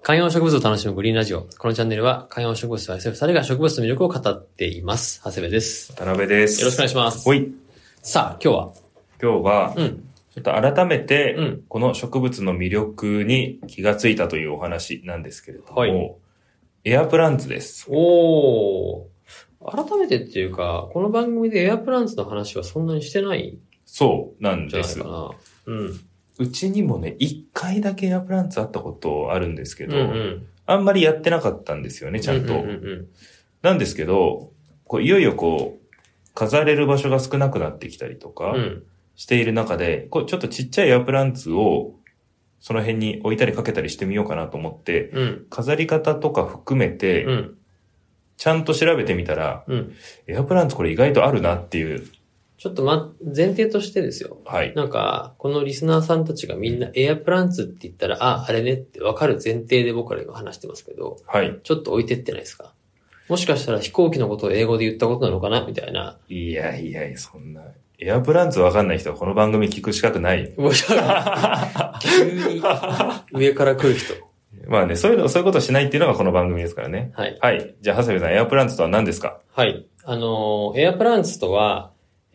観葉植物を楽しむグリーンラジオ。このチャンネルは観葉植物と SF 2人が植物の魅力を語っています。長谷部です。 渡辺です。 よろしくお願いします。 ほい。 さあ、今日は、 ちょっと改めて、この植物の魅力に気がついたというお話なんですけれども、はい、エアプランツです。 おー。改めてっていうか、この番組でエアプランツの話はそんなにしてないそうなんです。 じゃないかな。 うちにもね、一回だけエアプランツあったことあるんですけど、あんまりやってなかったんですよね、ちゃんと。なんですけど、いよいよ飾れる場所が少なくなってきたりとかしている中で、ちょっとちっちゃいエアプランツをその辺に置いたりかけたりしてみようかなと思って、飾り方とか含めて、ちゃんと調べてみたら、エアプランツこれ意外とあるなっていう。 ちょっと前提としてですよ。 はい。 なんか、このリスナーさんたちがみんなエアプランツって言ったら、あれねって分かる前提で僕ら今話してますけど、 はい。 ちょっと置いてってないですか？もしかしたら飛行機のことを英語で言ったことなのかなみたいな。 いや、そんな。エアプランツ分かんない人はこの番組聞く資格ない。 もし急に上から来る人。 まあね、そういうことしないっていうのがこの番組ですからね。 はい。 はい。じゃあ、長谷部さん、エアプランツとは何ですか？ はい。エアプランツとは、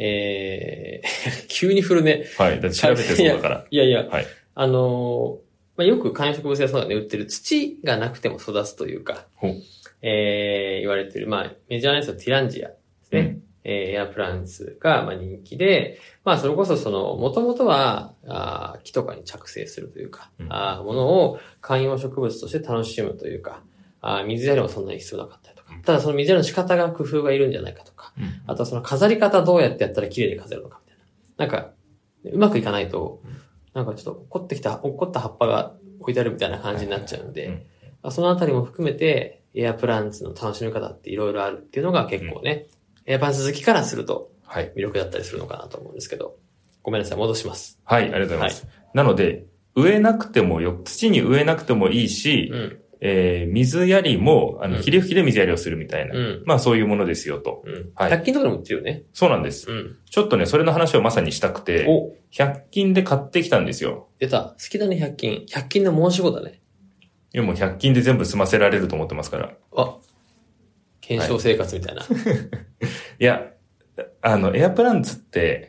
急に振るね。 はい。だって調べてそうだから。 いや。 はい。 よく観葉植物屋さんで売ってる土がなくても育つというか、言われてる、メジャーなやつはティランジアですね。エアプランツが人気で、それこそ元々は、木とかに着生するというか、ものを観葉植物として楽しむというか、水やりもそんなに必要なかったりとか、ただその水やりの仕方が工夫がいるんじゃないかとか、あとはその飾り方どうやってやったら綺麗に飾るのかみたいな。なんか、うまくいかないと、なんかちょっと落っこった葉っぱが置いてあるみたいな感じになっちゃうんで、そのあたりも含めて、エアプランツの楽しみ方っていろいろあるっていうのが結構ね、エアプランツ好きからすると、魅力だったりするのかなと思うんですけど、ごめんなさい、戻します。 はい、ありがとうございます。なので、土に植えなくてもいいし、水やりも、霧吹きで水やりをするみたいな。そういうものですよと。 100均とかでも売ってるよね。 そうなんです。ちょっとね、それの話をまさにしたくて、100均で買ってきたんですよ。 出た。好きだね、100均。100均の申し子だね。 いや、もう100均で全部済ませられると思ってますから。 検証生活みたいな。 いや、エアプランツって、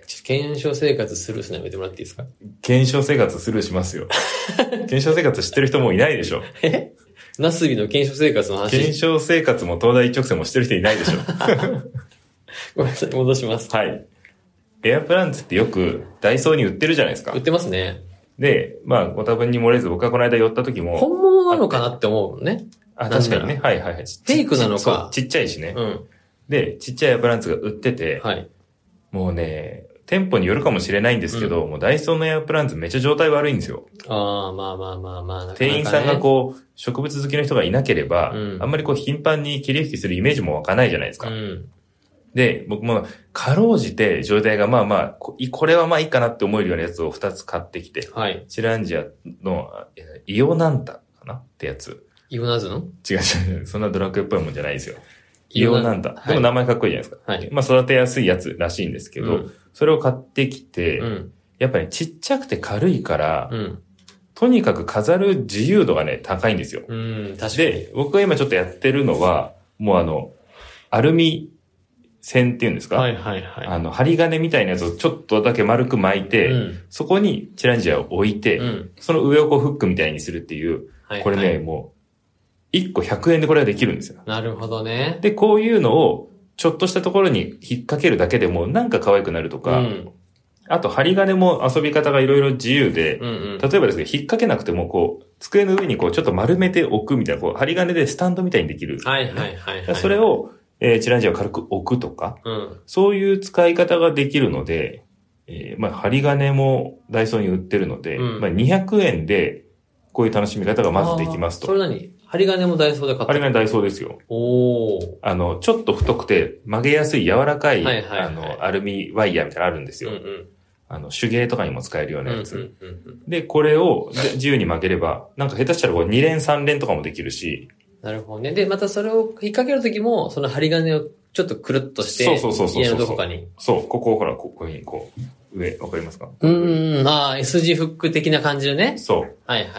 検証生活スルーしないやめてもらっていいですか？ 検証生活スルーしますよ。検証生活知ってる人もいないでしょ。 ナスビの検証生活の話。 検証生活も東大一直線もしてる人いないでしょ。 ごめんなさい、戻します。 はい。エアプランツってよくダイソーに売ってるじゃないですか。 売ってますね。 で、ご多分に漏れず僕がこの間寄った時も。 本物なのかなって思うもんね。 確かにね。はい。フェイクなのか。 ちっちゃいしね。で、ちっちゃいエアプランツが売ってて。もうね、店舗によるかもしれないんですけど、もうダイソーのエアプランツめっちゃ状態悪いんですよ。店員さんが植物好きの人がいなければ、あんまり頻繁に霧吹きするイメージも湧かないじゃないですか。で、僕もかろうじて状態がこれはいいかなって思えるようなやつを2つ買ってきて、チランジアのイオナンタかなってやつ。 イオナズの？ 違う。そんなドラクエっぽいもんじゃないですよ。イオナンタ。でも名前かっこいいじゃないですか。育てやすいやつらしいんですけど、それを買ってきて、やっぱりちっちゃくて軽いから、とにかく飾る自由度がね、高いんですよ。 確かに。 で、僕が今ちょっとやってるのは、もうアルミ線っていうんですか？針金みたいなやつをちょっとだけ丸く巻いて、そこにチランジアを置いて、その上をフックみたいにするっていう、これね、もう、1個100円でこれができるんですよ。 なるほどね。 で、こういうのを、ちょっとしたところに引っ掛けるだけでも、なんか可愛くなるとか、あと、針金も遊び方がいろいろ自由で、例えばですね、引っ掛けなくても、机の上にちょっと丸めておくみたいな、針金でスタンドみたいにできる。それを、チランジアを軽く置くとか、そういう使い方ができるので、針金もダイソーに売ってるので、200円で、こういう楽しみ方がまずできますと。 それ何？針金もダイソーで買った？ 針金ダイソーですよ。ちょっと太くて曲げやすい柔らかい、アルミワイヤーみたいなのあるんですよ。手芸とかにも使えるようなやつ。で、これを自由に曲げれば、なんか下手したら2連3連とかもできるし。 なるほどね。で、またそれを引っ掛けるときも、その針金をちょっとくるっとして、家のどこかに。 ここほら、ここに上、わかりますか？ S 字フック的な感じでね。 そう。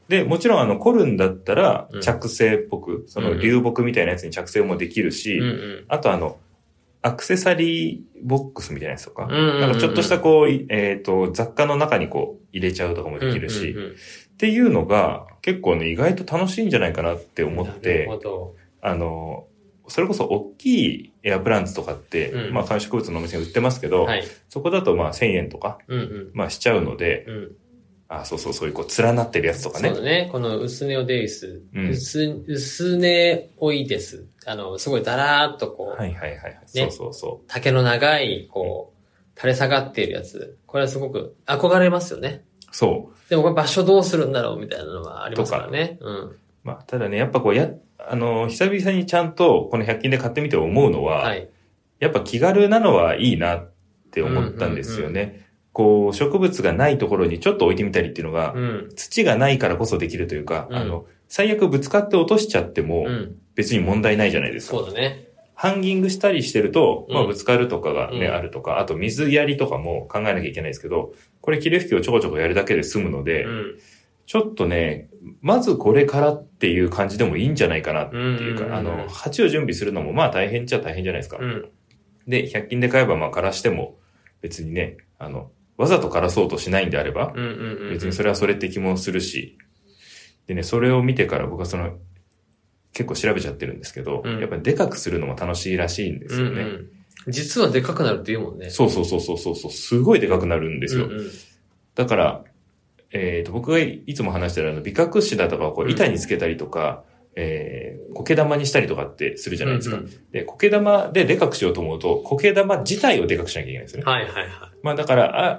で、もちろんコルンだったら着生っぽく、その流木みたいなやつに着生もできるし、あとアクセサリーボックスみたいなやつとか、なんかちょっとしたこう、雑貨の中にこう入れちゃうとかもできるし、っていうのが結構ね、意外と楽しいんじゃないかなって思って、それこそ大きいエアプランツとかって、まあ観植物のお店に売ってますけど、はい、そこだとまあ1000円とか、まあしちゃうので、そういうこう連なってるやつとかね。 そうだね。このウスネオデイス、ウスネオイデス、すごいだらーっとこう、 ね、 竹の長い、こう、垂れ下がっているやつ。これはすごく憧れますよね。 そう。 でもこれ場所どうするんだろうみたいなのはありますからね。 まあ、ただね、やっぱこう久々にちゃんとこの100均で買ってみて思うのは、はい、やっぱ気軽なのはいいなって思ったんですよね。こう、植物がないところにちょっと置いてみたりっていうのが、土がないからこそできるというか、最悪ぶつかって落としちゃっても、別に問題ないじゃないですか。 そうだね。 ハンギングしたりしてると、まあぶつかるとかがね、あるとか、あと水やりとかも考えなきゃいけないですけど、これ霧吹きをちょこちょこやるだけで済むので、ちょっとね、まずこれからっていう感じでもいいんじゃないかなっていうか、鉢を準備するのもまあ大変っちゃ大変じゃないですか。で、100均で買えばまあ枯らしても別にね、わざと枯らそうとしないんであれば、別にそれはそれって気もするし、でね、それを見てから僕は結構調べちゃってるんですけど、やっぱりでかくするのも楽しいらしいんですよね。 実はでかくなるって言うもんね。 そう。すごいでかくなるんですよ。だから、僕がいつも話してるビカクシダとかをこう板につけたりとか、苔玉にしたりとかってするじゃないですか。で、苔玉ででかくしようと思うと、苔玉自体をでかくしなきゃいけないんですよね。まあだから、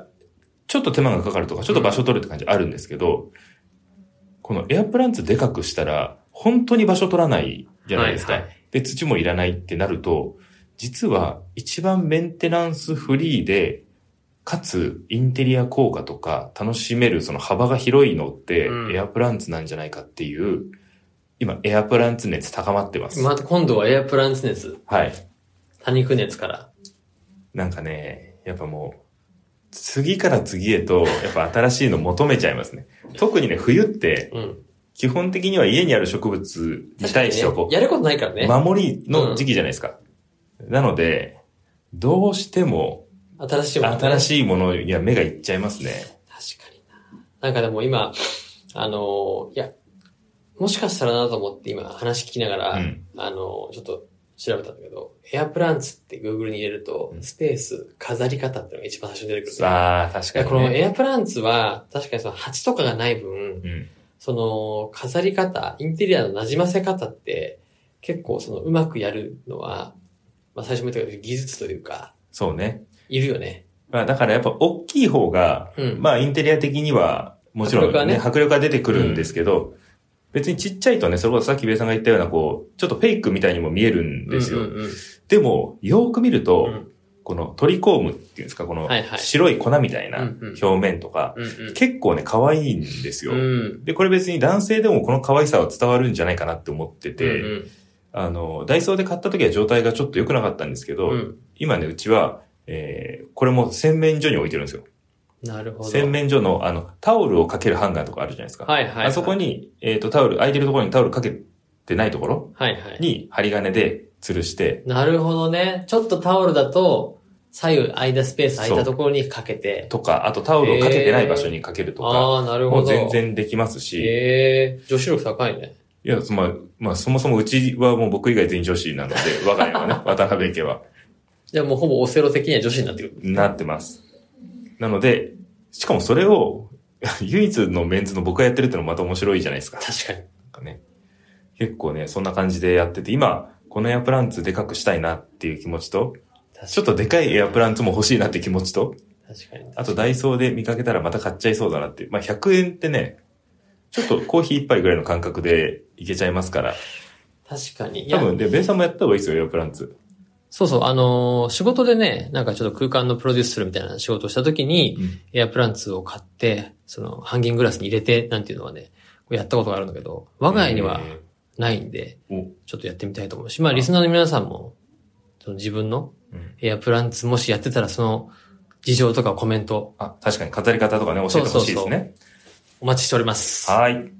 ちょっと手間がかかるとか、ちょっと場所取るって感じあるんですけど、このエアプランツでかくしたら、本当に場所取らないじゃないですか。で、土もいらないってなると、実は一番メンテナンスフリーで、かつインテリア効果とか楽しめるその幅が広いのって、エアプランツなんじゃないかっていう、今エアプランツ熱高まってます。 また今度はエアプランツ熱。 はい。 多肉熱から。 なんかね、やっぱもう、次から次へと、やっぱ新しいの求めちゃいますね。特にね、冬って、基本的には家にある植物に対してはこう、 やることないからね。 守りの時期じゃないですか。なので、どうしても、新しいものには目がいっちゃいますね。 確かにな。なんかでも今、いや、もしかしたらなと思って今話聞きながら、ちょっと調べたんだけど、エアプランツって Google に入れると、スペース、飾り方っていうのが一番最初に出てくる。 確かに、ね。 このエアプランツは、確かにその鉢とかがない分、その飾り方、インテリアの馴染ませ方って、結構そのうまくやるのは、まあ最初も言ったけど技術というか、 そうね。 いるよね。 まあだからやっぱ大きい方が、まあインテリア的には、もちろんね、迫力が出てくるんですけど、別にちっちゃいとね、それこそさっきベイさんが言ったような、こう、ちょっとフェイクみたいにも見えるんですよ。でも、よーく見ると、このトリコームっていうんですか、この白い粉みたいな表面とか、結構ね、可愛いんですよ。で、これ別に男性でもこの可愛さは伝わるんじゃないかなって思ってて、ダイソーで買った時は状態がちょっと良くなかったんですけど、今ね、うちは、これも洗面所に置いてるんですよ。 なるほど。 洗面所の、タオルをかけるハンガーとかあるじゃないですか。あそこに、タオル、空いてるところにタオルかけてないところに針金で吊るして。 なるほどね。ちょっとタオルだと、左右間スペース空いたところにかけて。 とか、あとタオルをかけてない場所にかけるとか。 なるほど。 もう全然できますし。 女子力高いね。 いや、まあ、そもそもうちはもう僕以外全員女子なので、我が家はね、渡辺家は。 じゃあもうほぼオセロ的には女子になってる。 なってます。なので、しかもそれを、唯一のメンズの僕がやってるってのもまた面白いじゃないですか。 確かに。 ね、結構ね、そんな感じでやってて、今、このエアプランツでかくしたいなっていう気持ちと、ちょっとでかいエアプランツも欲しいなって気持ちと、 確かに。 あとダイソーで見かけたらまた買っちゃいそうだなっていう。まあ、100円ってね、ちょっとコーヒー一杯ぐらいの感覚でいけちゃいますから。 確かに。 多分、で、ベイさんもやった方がいいですよ、エアプランツ。 そうそう、仕事でね、なんかちょっと空間のプロデュースするみたいな仕事をした時に、エアプランツを買って、ハンギンググラスに入れて、なんていうのはね、やったことがあるんだけど、我が家にはないんで、ちょっとやってみたいと思うし、まあ、リスナーの皆さんも、自分のエアプランツもしやってたら、その事情とかコメント。 確かに飾り方とかね、教えてほしいですね。 お待ちしております。 はい。